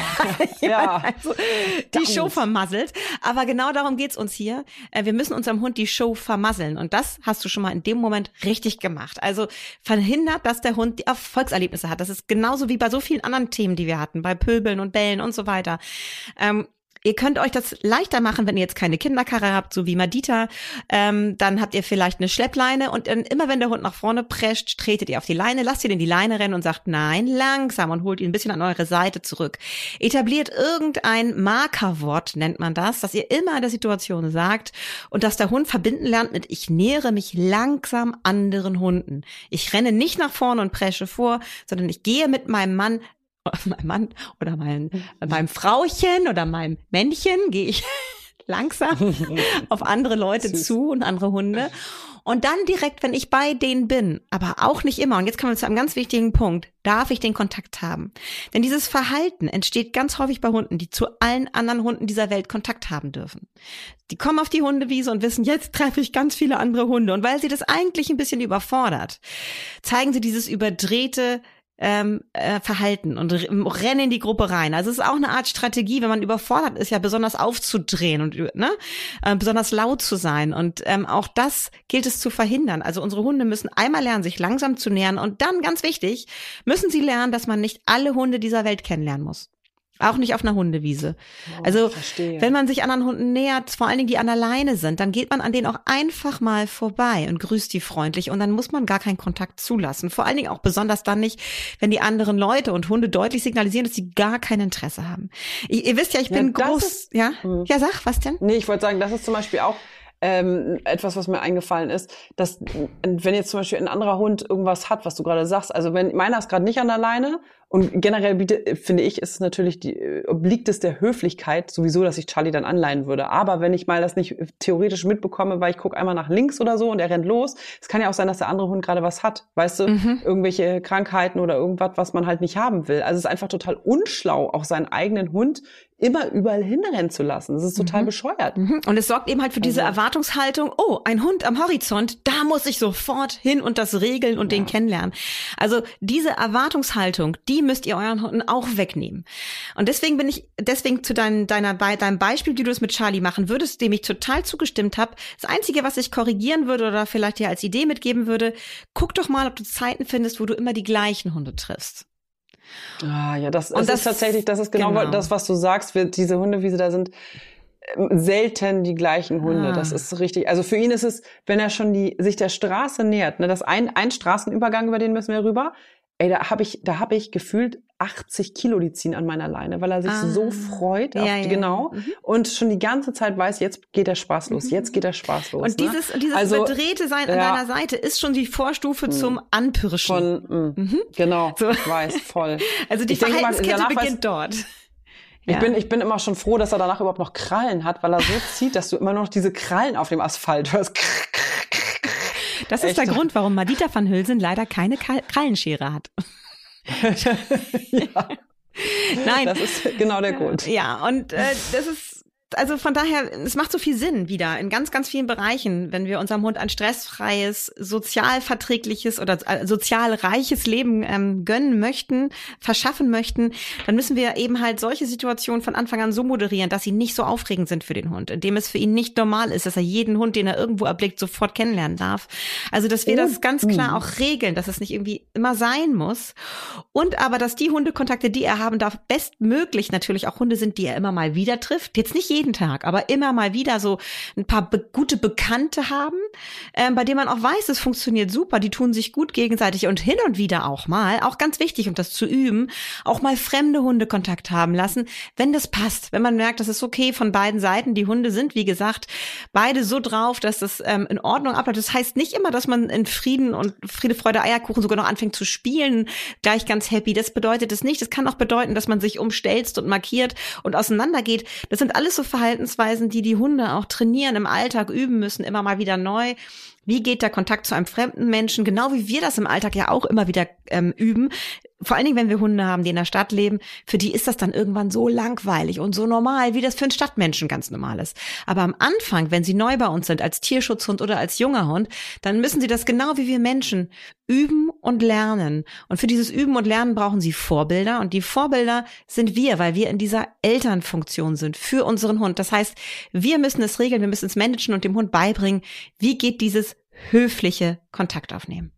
ja. also die Show vermasselt. Aber genau darum geht's uns hier. Wir müssen unserem Hund die Show vermasseln. Und das hast du schon mal in dem Moment richtig gemacht. Also verhindert, dass der Hund die Erfolgserlebnisse hat. Das ist genauso wie bei so vielen anderen Themen, die wir hatten, bei Pöbeln und Bällen und so weiter. Ähm, Ihr könnt euch das leichter machen, wenn ihr jetzt keine Kinderkarre habt, so wie Madita. Ähm, dann habt ihr vielleicht eine Schleppleine und dann immer, wenn der Hund nach vorne prescht, tretet ihr auf die Leine, lasst ihr in die Leine rennen und sagt nein, langsam und holt ihn ein bisschen an eure Seite zurück. Etabliert irgendein Markerwort, nennt man das, dass ihr immer in der Situation sagt und dass der Hund verbinden lernt mit ich nähere mich langsam anderen Hunden. Ich renne nicht nach vorne und presche vor, sondern ich gehe mit meinem Mann meinem Mann oder mein, meinem Frauchen oder meinem Männchen gehe ich langsam auf andere Leute Süß. zu und andere Hunde. Und dann direkt, wenn ich bei denen bin, aber auch nicht immer, und jetzt kommen wir zu einem ganz wichtigen Punkt, darf ich den Kontakt haben. Denn dieses Verhalten entsteht ganz häufig bei Hunden, die zu allen anderen Hunden dieser Welt Kontakt haben dürfen. Die kommen auf die Hundewiese und wissen, jetzt treffe ich ganz viele andere Hunde. Und weil sie das eigentlich ein bisschen überfordert, zeigen sie dieses überdrehte Ähm, äh, Verhalten und rennen in die Gruppe rein. Also es ist auch eine Art Strategie, wenn man überfordert ist, ja besonders aufzudrehen und ne, äh, besonders laut zu sein. Und ähm, auch das gilt es zu verhindern. Also unsere Hunde müssen einmal lernen, sich langsam zu nähern und dann, ganz wichtig, müssen sie lernen, dass man nicht alle Hunde dieser Welt kennenlernen muss. Auch nicht auf einer Hundewiese. Oh, also wenn man sich anderen Hunden nähert, vor allen Dingen die an der Leine sind, dann geht man an denen auch einfach mal vorbei und grüßt die freundlich und dann muss man gar keinen Kontakt zulassen. Vor allen Dingen auch besonders dann nicht, wenn die anderen Leute und Hunde deutlich signalisieren, dass sie gar kein Interesse haben. Ich, ihr wisst ja, ich bin ja, groß. Ist, ja? Hm. Ja, sag, was denn? Nee, ich wollte sagen, das ist zum Beispiel auch Ähm, etwas, was mir eingefallen ist, dass wenn jetzt zum Beispiel ein anderer Hund irgendwas hat, was du gerade sagst, also wenn meiner ist gerade nicht an der Leine und generell bietet, finde ich, ist es natürlich, die, obliegt es der Höflichkeit sowieso, dass ich Charlie dann anleihen würde. Aber wenn ich mal das nicht theoretisch mitbekomme, weil ich gucke einmal nach links oder so und er rennt los, es kann ja auch sein, dass der andere Hund gerade was hat, weißt du, mhm. irgendwelche Krankheiten oder irgendwas, was man halt nicht haben will. Also es ist einfach total unschlau, auch seinen eigenen Hund immer überall hinrennen zu lassen. Das ist total mhm. bescheuert. Mhm. Und es sorgt eben halt für diese also, Erwartungshaltung, oh, ein Hund am Horizont, da muss ich sofort hin und das regeln und ja. den kennenlernen. Also diese Erwartungshaltung, die müsst ihr euren Hunden auch wegnehmen. Und deswegen bin ich, deswegen zu dein, deiner, bei deinem Beispiel, wie du es mit Charlie machen würdest, dem ich total zugestimmt habe. Das Einzige, was ich korrigieren würde oder vielleicht dir als Idee mitgeben würde, guck doch mal, ob du Zeiten findest, wo du immer die gleichen Hunde triffst. Ah, ja, das, das, das ist tatsächlich, das ist genau, genau das, was du sagst. Wir, diese Hundewiese, da sind selten die gleichen Hunde. Ah. Das ist richtig. Also für ihn ist es, wenn er schon die, sich der Straße nähert, ne, das ein, ein Straßenübergang, über den müssen wir rüber. Ey, da habe ich, da habe ich gefühlt achtzig Kilo, die ziehen an meiner Leine, weil er sich ah. so freut. Auf, ja, ja. Genau. Mhm. Und schon die ganze Zeit weiß, jetzt geht der Spaß los. Mhm. Jetzt geht der Spaß los. Und dieses, ne? dieses also, überdrehte Sein ja. an deiner Seite ist schon die Vorstufe mhm. zum Anpirschen. Von, mhm. Genau. So. Ich weiß, voll. Also die ich Verhaltenskette denke, beginnt weiß, dort. Ich, ja. bin, ich bin immer schon froh, dass er danach überhaupt noch Krallen hat, weil er so zieht, dass du immer noch diese Krallen auf dem Asphalt hörst. Das ist Echt? der Grund, warum Madita van Hülsen leider keine Krallenschere hat. ja. Nein. Das ist genau der Grund. Ja, und äh, das ist, also von daher, es macht so viel Sinn wieder in ganz, ganz vielen Bereichen, wenn wir unserem Hund ein stressfreies, sozialverträgliches oder sozial reiches Leben ähm, gönnen möchten, verschaffen möchten, dann müssen wir eben halt solche Situationen von Anfang an so moderieren, dass sie nicht so aufregend sind für den Hund, indem es für ihn nicht normal ist, dass er jeden Hund, den er irgendwo erblickt, sofort kennenlernen darf. Also, dass wir oh. das ganz klar auch regeln, dass es nicht irgendwie immer sein muss und aber, dass die Hundekontakte, die er haben darf, bestmöglich natürlich auch Hunde sind, die er immer mal wieder trifft. Jetzt nicht jeden Tag, aber immer mal wieder so ein paar be- gute Bekannte haben, ähm, bei denen man auch weiß, es funktioniert super, die tun sich gut gegenseitig und hin und wieder auch mal, auch ganz wichtig, um das zu üben, auch mal fremde Hunde Kontakt haben lassen, wenn das passt, wenn man merkt, das ist okay von beiden Seiten, die Hunde sind, wie gesagt, beide so drauf, dass das ähm, in Ordnung abläuft. Das heißt nicht immer, dass man in Frieden und Friede, Freude, Eierkuchen sogar noch anfängt zu spielen, gleich ganz happy. Das bedeutet es nicht. Das kann auch bedeuten, dass man sich umstelzt und markiert und auseinandergeht. Das sind alles so Verhaltensweisen, die die Hunde auch trainieren, im Alltag üben müssen, immer mal wieder neu. Wie geht der Kontakt zu einem fremden Menschen, genau wie wir das im Alltag ja auch immer wieder ähm, üben. Vor allen Dingen, wenn wir Hunde haben, die in der Stadt leben, für die ist das dann irgendwann so langweilig und so normal, wie das für einen Stadtmenschen ganz normal ist. Aber am Anfang, wenn sie neu bei uns sind, als Tierschutzhund oder als junger Hund, dann müssen sie das genau wie wir Menschen üben und lernen. Und für dieses Üben und Lernen brauchen sie Vorbilder. Und die Vorbilder sind wir, weil wir in dieser Elternfunktion sind für unseren Hund. Das heißt, wir müssen es regeln, wir müssen es managen und dem Hund beibringen, wie geht dieses höfliche Kontakt aufnehmen.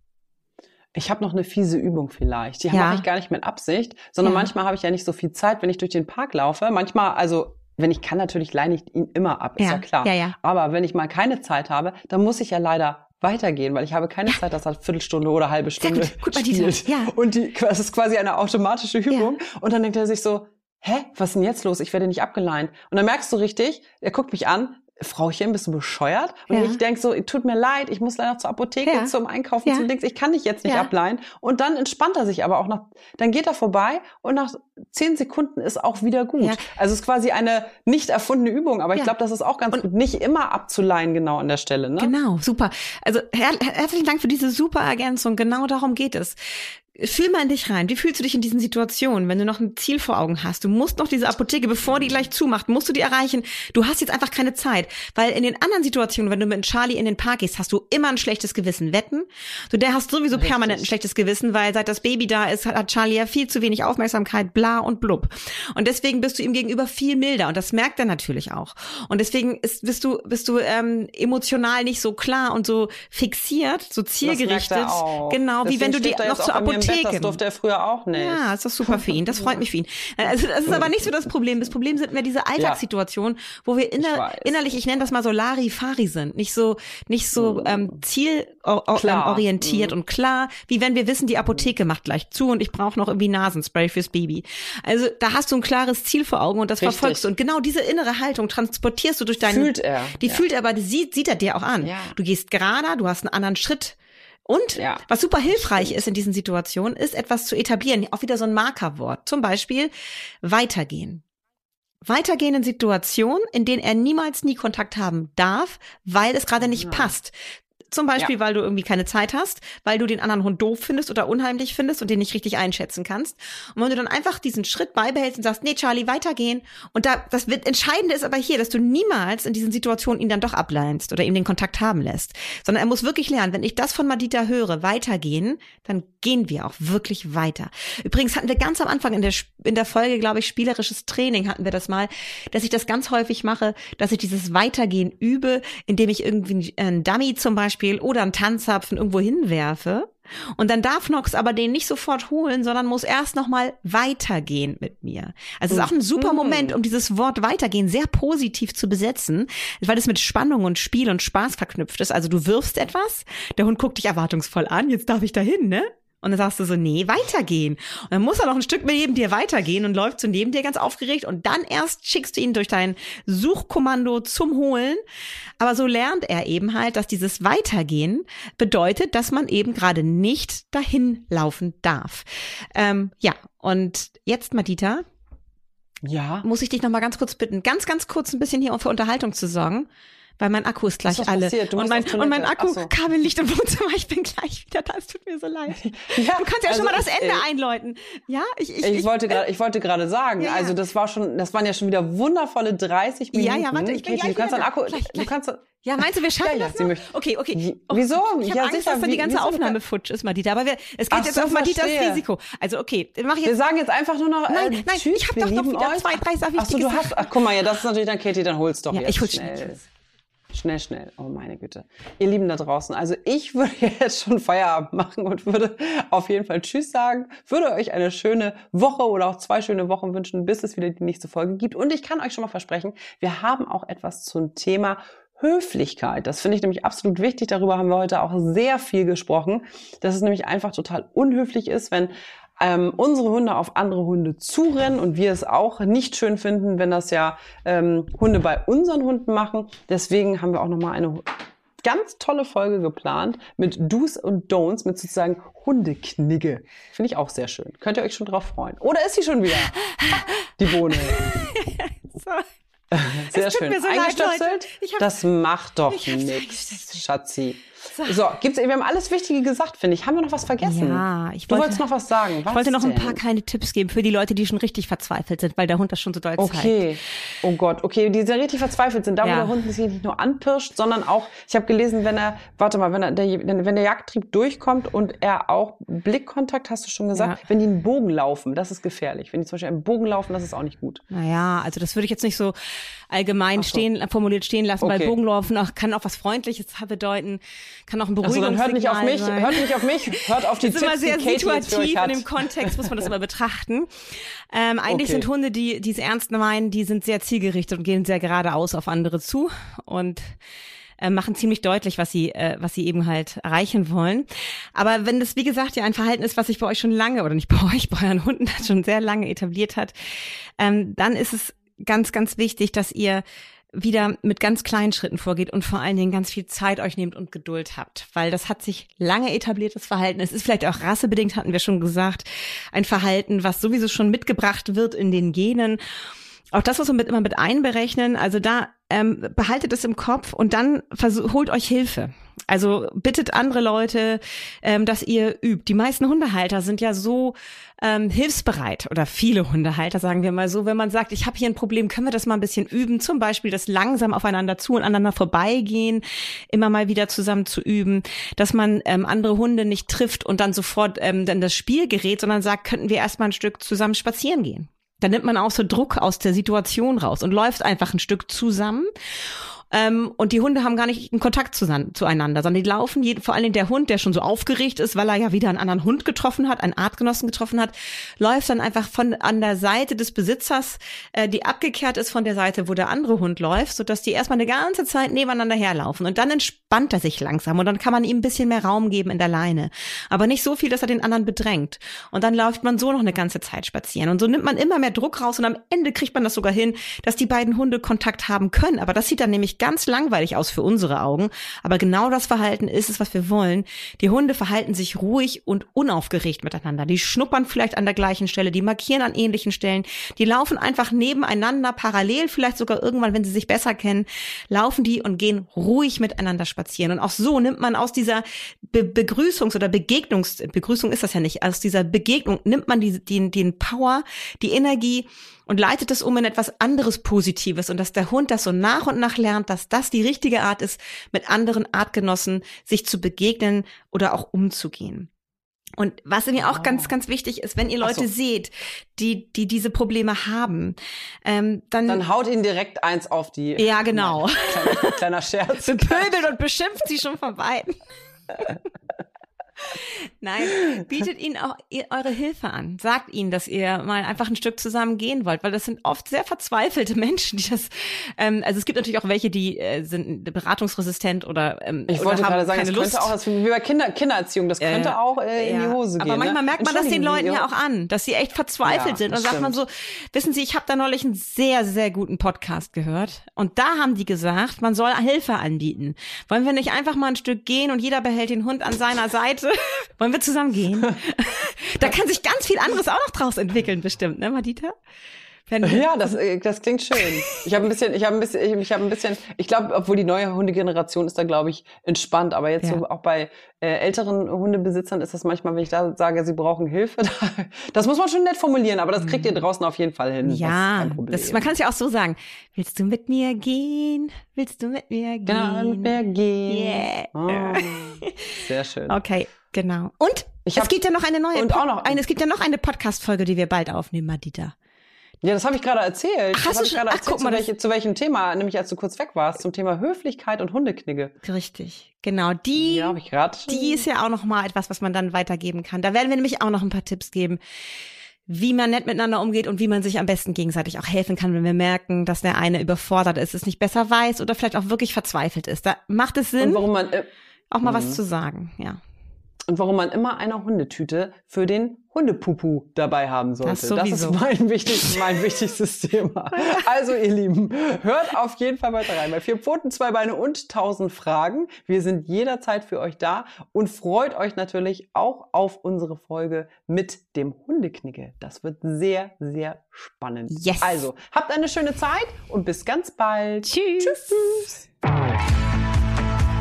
Ich habe noch eine fiese Übung vielleicht. Die Ja. mache ich gar nicht mit Absicht, sondern Ja. manchmal habe ich ja nicht so viel Zeit, wenn ich durch den Park laufe. Manchmal, also wenn ich kann, natürlich leine ich ihn immer ab, ist Ja. ja klar. Ja, ja. Aber wenn ich mal keine Zeit habe, dann muss ich ja leider weitergehen, weil ich habe keine Zeit, dass er Viertelstunde oder halbe Stunde gut. Gut, Madita. spielt. Ja. Und die, es ist quasi eine automatische Übung. Und dann denkt er sich so, hä, was ist denn jetzt los? Ich werde nicht abgeleint. Und dann merkst du richtig, er guckt mich an, Frauchen, bist du bescheuert? Und Ja. ich denk so, tut mir leid, ich muss leider zur Apotheke, Ja. zum Einkaufen, Ja. zum Dings. Ich kann dich jetzt nicht Ja. ableihen. Und dann entspannt er sich aber auch noch. Dann geht er vorbei und nach zehn Sekunden ist auch wieder gut. Ja. Also es ist quasi eine nicht erfundene Übung, aber ich Ja. glaube, das ist auch ganz Und- gut, nicht immer abzuleihen genau an der Stelle. Ne? Genau, super. Also her herzlichen Dank für diese super Ergänzung. Genau darum geht es. Fühl mal in dich rein. Wie fühlst du dich in diesen Situationen, wenn du noch ein Ziel vor Augen hast? Du musst noch diese Apotheke, bevor die gleich zumacht, musst du die erreichen. Du hast jetzt einfach keine Zeit. Weil in den anderen Situationen, wenn du mit Charlie in den Park gehst, hast du immer ein schlechtes Gewissen. Wetten? Du, der hast sowieso Richtig. permanent ein schlechtes Gewissen, weil seit das Baby da ist, hat Charlie ja viel zu wenig Aufmerksamkeit, bla und blub. Und deswegen bist du ihm gegenüber viel milder. Und das merkt er natürlich auch. Und deswegen ist, bist du, bist du ähm, emotional nicht so klar und so fixiert, so zielgerichtet. Das merkt er auch. Genau, wie Deswegen wenn du die schläft er noch jetzt zur auch bei mir im Bett. Apotheke. Das durfte er früher auch nicht. Ja, ist das super für ihn. Das freut mich für ihn. Also das ist aber nicht so das Problem. Das Problem sind mehr diese Alltagssituationen, wo wir inner, Ich weiß. innerlich, ich nenne das mal so Larifari sind, nicht so nicht so ähm, zielorientiert Mhm. und klar, wie wenn wir wissen, die Apotheke macht gleich zu und ich brauche noch irgendwie Nasenspray fürs Baby. Also da hast du ein klares Ziel vor Augen und das Richtig. verfolgst du. Und genau diese innere Haltung transportierst du durch deinen. Fühlt er. Die Ja. fühlt er, aber die sieht, sieht er dir auch an. Ja. Du gehst gerader, du hast einen anderen Schritt. Und Ja. was super hilfreich ist in diesen Situationen, ist etwas zu etablieren. Auch wieder so ein Markerwort. Zum Beispiel weitergehen. Weitergehen in Situationen, in denen er niemals nie Kontakt haben darf, weil es gerade nicht Ja. passt. Zum Beispiel, Ja. weil du irgendwie keine Zeit hast, weil du den anderen Hund doof findest oder unheimlich findest und den nicht richtig einschätzen kannst. Und wenn du dann einfach diesen Schritt beibehältst und sagst, nee, Charlie, weitergehen. Und da, das wird, Entscheidende ist aber hier, dass du niemals in diesen Situationen ihn dann doch ablehnst oder ihm den Kontakt haben lässt. Sondern er muss wirklich lernen, wenn ich das von Madita höre, weitergehen, dann gehen wir auch wirklich weiter. Übrigens hatten wir ganz am Anfang in der, in der Folge, glaube ich, spielerisches Training hatten wir das mal, dass ich das ganz häufig mache, dass ich dieses Weitergehen übe, indem ich irgendwie einen Dummy zum Beispiel oder einen Tanzapfen irgendwo hinwerfe. Und dann darf Nox aber den nicht sofort holen, sondern muss erst nochmal weitergehen mit mir. Also es ist auch ein super Moment, um dieses Wort weitergehen sehr positiv zu besetzen, weil es mit Spannung und Spiel und Spaß verknüpft ist. Also du wirfst etwas, der Hund guckt dich erwartungsvoll an, jetzt darf ich dahin, ne? Und dann sagst du so, nee, weitergehen. Und dann muss er noch ein Stück neben dir weitergehen und läuft so neben dir ganz aufgeregt. Und dann erst schickst du ihn durch dein Suchkommando zum Holen. Aber so lernt er eben halt, dass dieses Weitergehen bedeutet, dass man eben gerade nicht dahin laufen darf. Ähm, ja, und jetzt, Madita, Ja. muss ich dich noch mal ganz kurz bitten, ganz, ganz kurz ein bisschen hier für Unterhaltung zu sorgen. Weil mein Akku ist gleich Was ist alle. passiert? Du Und musst mein, auf Toilette. und mein Akku Ach so. Kabel liegt im Wohnzimmer. Ich bin gleich wieder da. Es tut mir so leid. Ja, Du kannst ja also schon mal das ich, Ende äh, einläuten. Ja, ich, ich, Ich, ich wollte gerade, ich wollte gerade sagen, Ja, ja. also das war schon, das waren ja schon wieder wundervolle dreißig Minuten. Ja, ja, warte, ich bin Katie, gleich du kannst wieder deinen Akku, da. Gleich, du gleich. kannst, Ja, meinst du, wir schaffen Ja, ja, das sie noch? möchte- Okay, okay. Wie- Oh, wieso? Ich habe Ja, Angst, sicher, dass dann die wie- ganze wieso? Aufnahme futsch ist, Madita. Aber wir, es geht Ach jetzt so, auf Maditas verstehe. Risiko. Also okay, dann mache ich wir jetzt. sagen jetzt einfach nur noch, Nein, äh, nein, tschüss, ich hab wir doch noch lieben wieder euch. zwei, drei Sachen Ach so, wichtige du hast, Sachen. ach guck mal, ja, das ist natürlich dann Katie, dann hol's doch Ja, jetzt ich hol's schnell. schnell. Schnell, schnell. Oh meine Güte. Ihr Lieben da draußen, also ich würde jetzt schon Feierabend machen und würde auf jeden Fall Tschüss sagen, würde euch eine schöne Woche oder auch zwei schöne Wochen wünschen, bis es wieder die nächste Folge gibt. Und ich kann euch schon mal versprechen, wir haben auch etwas zum Thema Höflichkeit. Das finde ich nämlich absolut wichtig. Darüber haben wir heute auch sehr viel gesprochen, dass es nämlich einfach total unhöflich ist, wenn ähm, unsere Hunde auf andere Hunde zurennen und wir es auch nicht schön finden, wenn das ja ähm, Hunde bei unseren Hunden machen. Deswegen haben wir auch nochmal eine ganz tolle Folge geplant mit Do's und Don'ts, mit sozusagen Hundeknigge. Finde ich auch sehr schön. Könnt ihr euch schon drauf freuen. Oder ist sie schon wieder? Die Bohne. So. Sehr Es tut schön. mir so leid, Eingestöpselt? Leute. Ich hab- Das macht doch Ich hab's nichts, eingestöpselt. Schatzi. So, gibt's, wir haben alles Wichtige gesagt, finde ich. Haben wir noch was vergessen? Ja, ich du wollte, wolltest noch was sagen. Was ich wollte noch denn? ein paar kleine Tipps geben für die Leute, die schon richtig verzweifelt sind, weil der Hund das schon so doll zeigt. Okay, oh Gott, okay, die sehr richtig verzweifelt sind. Da, Ja. wo der Hund sich nicht nur anpirscht, sondern auch, ich habe gelesen, wenn er, warte mal, wenn er, der, wenn der Jagdtrieb durchkommt und er auch Blickkontakt, hast du schon gesagt, Ja. wenn die einen Bogen laufen, das ist gefährlich. Wenn die zum Beispiel einen Bogen laufen, das ist auch nicht gut. Naja, also das würde ich jetzt nicht so allgemein Ach so. stehen, formuliert stehen lassen, Okay. weil Bogenlaufen auch, kann auch was Freundliches bedeuten, kann auch ein Also dann hört nicht auf Beruhigungssignal mich, sein. hört nicht auf mich, hört auf die Das ist immer Tipps, sehr die Katie jetzt für euch situativ hat. und im Kontext muss man das immer betrachten. Ähm, eigentlich Okay. sind Hunde, die die es ernst meinen, die sind sehr zielgerichtet und gehen sehr geradeaus auf andere zu und äh, machen ziemlich deutlich, was sie äh, was sie eben halt erreichen wollen. Aber wenn das, wie gesagt, ja ein Verhalten ist, was sich bei euch schon lange, oder nicht bei euch, bei euren Hunden schon sehr lange etabliert hat, ähm, dann ist es ganz, ganz wichtig, dass ihr wieder mit ganz kleinen Schritten vorgeht und vor allen Dingen ganz viel Zeit euch nehmt und Geduld habt, weil das hat sich lange etabliertes Verhalten. Es ist vielleicht auch rassebedingt, hatten wir schon gesagt, ein Verhalten, was sowieso schon mitgebracht wird in den Genen. Auch das muss man mit, immer mit einberechnen. Also da ähm, behaltet es im Kopf und dann versuch, holt euch Hilfe. Also bittet andere Leute, ähm, dass ihr übt. Die meisten Hundehalter sind ja so ähm, hilfsbereit oder viele Hundehalter, sagen wir mal so. Wenn man sagt, ich habe hier ein Problem, können wir das mal ein bisschen üben? Zum Beispiel das langsam aufeinander zu und aneinander vorbeigehen, immer mal wieder zusammen zu üben, dass man ähm, andere Hunde nicht trifft und dann sofort ähm, dann das Spiel gerät, sondern sagt, könnten wir erstmal ein Stück zusammen spazieren gehen. Dann nimmt man auch so Druck aus der Situation raus und läuft einfach ein Stück zusammen. Ähm, und die Hunde haben gar nicht einen Kontakt zueinander, sondern die laufen, jeden, vor allem der Hund, der schon so aufgeregt ist, weil er ja wieder einen anderen Hund getroffen hat, einen Artgenossen getroffen hat, läuft dann einfach von an der Seite des Besitzers, äh, die abgekehrt ist von der Seite, wo der andere Hund läuft, sodass die erstmal eine ganze Zeit nebeneinander herlaufen. Und dann entspannt er sich langsam und dann kann man ihm ein bisschen mehr Raum geben in der Leine. Aber nicht so viel, dass er den anderen bedrängt. Und dann läuft man so noch eine ganze Zeit spazieren. Und so nimmt man immer mehr Druck raus und am Ende kriegt man das sogar hin, dass die beiden Hunde Kontakt haben können. Aber das sieht dann nämlich ganz langweilig aus für unsere Augen. Aber genau das Verhalten ist es, was wir wollen. Die Hunde verhalten sich ruhig und unaufgeregt miteinander. Die schnuppern vielleicht an der gleichen Stelle, die markieren an ähnlichen Stellen. Die laufen einfach nebeneinander, parallel, vielleicht sogar irgendwann, wenn sie sich besser kennen, laufen die und gehen ruhig miteinander spazieren. Und auch so nimmt man aus dieser Be- Begrüßungs- oder Begegnungs-, Begrüßung ist das ja nicht, aus dieser Begegnung nimmt man die, die, den Power, die Energie und leitet es um in etwas anderes Positives und dass der Hund das so nach und nach lernt, dass das die richtige Art ist, mit anderen Artgenossen sich zu begegnen oder auch umzugehen. Und was mir auch Oh. ganz, ganz wichtig ist, wenn ihr Leute Ach so. seht, die, die diese Probleme haben, ähm, dann, Dann haut ihn direkt eins auf die... ja, genau, Nein, kleiner, kleiner Scherz. bepöbelt und beschimpft sie schon von beiden. Nein, bietet ihnen auch ihr, eure Hilfe an. Sagt ihnen, dass ihr mal einfach ein Stück zusammen gehen wollt, weil das sind oft sehr verzweifelte Menschen, die das, ähm, also es gibt natürlich auch welche, die äh, sind beratungsresistent oder ähm, Ich oder wollte haben gerade sagen, keine das Lust. könnte auch, das wie bei Kinder, Kindererziehung, das könnte Äh, auch äh, in ja. die Hose gehen. Aber manchmal ne? merkt man das den Entschuldigen Leuten Sie, ja auch an, dass sie echt verzweifelt Ja, sind. Und das dann sagt man so, wissen Sie, ich habe da neulich einen sehr, sehr guten Podcast gehört. Und da haben die gesagt, man soll Hilfe anbieten. Wollen wir nicht einfach mal ein Stück gehen und jeder behält den Hund an seiner Seite? Wollen wir zusammen gehen? Da kann sich ganz viel anderes auch noch draus entwickeln, bestimmt, ne, Madita? Wenn Ja, das, äh, das klingt schön. Ich habe ein bisschen, ich habe ein bisschen, ich, ich habe ein bisschen, ich glaube, obwohl die neue Hundegeneration ist da, glaube ich, entspannt. Aber jetzt Ja. so auch bei äh, älteren Hundebesitzern ist das manchmal, wenn ich da sage, sie brauchen Hilfe, da, das muss man schon nett formulieren, aber das kriegt ihr draußen auf jeden Fall hin. Das ist Ja, kein Problem. das, man kann es ja auch so sagen. Willst du mit mir gehen? Willst du mit mir gehen? Genau, mit mir gehen. Yeah. Oh, sehr schön. Okay, genau. Und Ich es hab- gibt ja noch eine neue, und auch noch- eine, es gibt ja noch eine Podcast-Folge, die wir bald aufnehmen, Madita. Ja, das habe ich gerade erzählt. Ach, hast das du habe ich schon- gerade ach, erzählt, guck mal, zu, das- welche, zu welchem Thema, nämlich als du kurz weg warst, zum Thema Höflichkeit und Hundeknigge. Richtig, genau. Die, Ja, habe ich gerade. die ist ja auch noch mal etwas, was man dann weitergeben kann. Da werden wir nämlich auch noch ein paar Tipps geben, wie man nett miteinander umgeht und wie man sich am besten gegenseitig auch helfen kann, wenn wir merken, dass der eine überfordert ist, es nicht besser weiß oder vielleicht auch wirklich verzweifelt ist. Da macht es Und Sinn, warum man, äh, auch mal Mhm. was zu sagen, ja. und warum man immer eine Hundetüte für den Hundepupu dabei haben sollte. Das Das, sowieso. ist mein, wichtig, mein wichtigstes Thema. Also ihr Lieben, hört auf jeden Fall weiter rein. Bei Vier Pfoten, Zwei Beine und tausend Fragen. Wir sind jederzeit für euch da und freut euch natürlich auch auf unsere Folge mit dem Hundeknigge. Das wird sehr, sehr spannend. Yes. Also, habt eine schöne Zeit und bis ganz bald. Tschüss. Tschüss.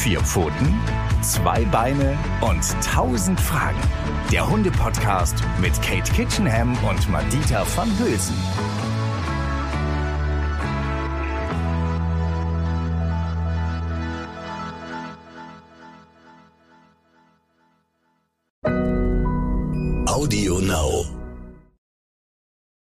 Vier Pfoten, zwei Beine und tausend Fragen. Der Hunde-Podcast mit Kate Kitchenham und Madita van Hülsen. Audio Now.